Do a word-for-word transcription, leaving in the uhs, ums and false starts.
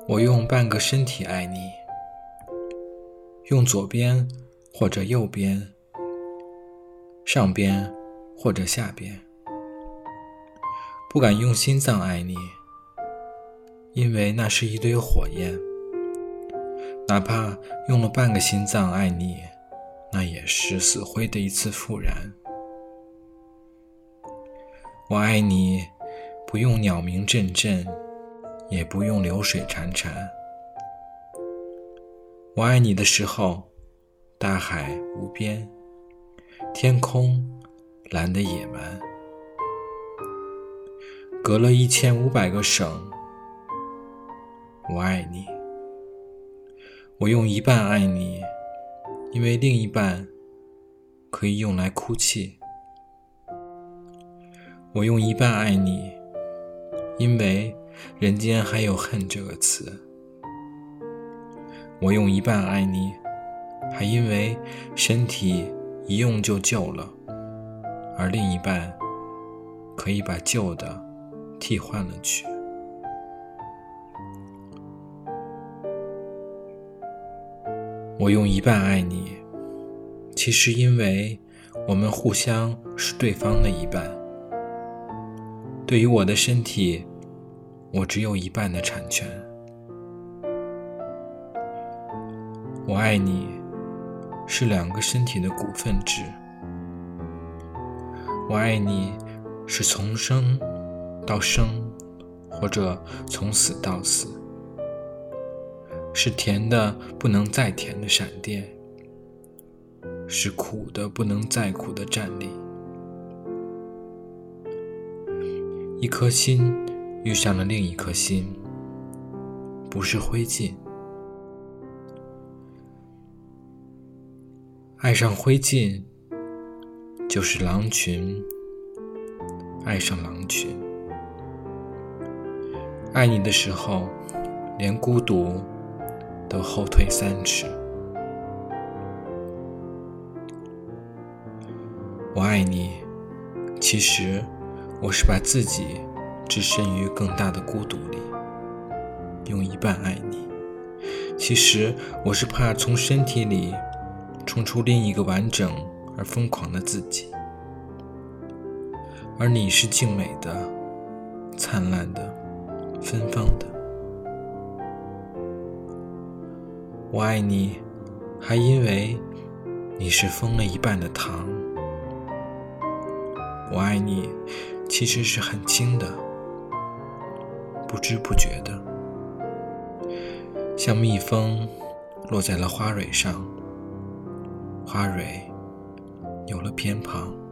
我用半个身体爱你，用左边或者右边，上边或者下边。不敢用心脏爱你，因为那是一堆火焰。哪怕用了半个心脏爱你，那也是死灰的一次复燃。我爱你，不用鸟鸣阵阵，也不用流水潺潺。我爱你的时候，大海无边，天空蓝得野蛮。隔了一千五百个省，我爱你。我用一半爱你，因为另一半可以用来哭泣。我用一半爱你，因为人间还有恨这个词。我用一半爱你，还因为身体一用就旧了，而另一半可以把旧的替换了去。我用一半爱你，其实因为我们互相是对方的一半。对于我的身体，我只有一半的产权。我爱你，是两个身体的股份制。我爱你，是从生到生，或者从死到死。是甜的不能再甜的闪电，是苦的不能再苦的站立。一颗心遇上了另一颗心，不是灰烬。爱上灰烬，就是狼群爱上狼群。爱你的时候，连孤独都后退三尺。我爱你，其实我是把自己置身于更大的孤独里，用一半爱你。其实我是怕从身体里冲出另一个完整而疯狂的自己，而你是静美的、灿烂的、芬芳的。我爱你，还因为你是封了一半的糖。我爱你，其实是很轻的，不知不觉的，像蜜蜂落在了花蕊上，花蕊有了偏旁。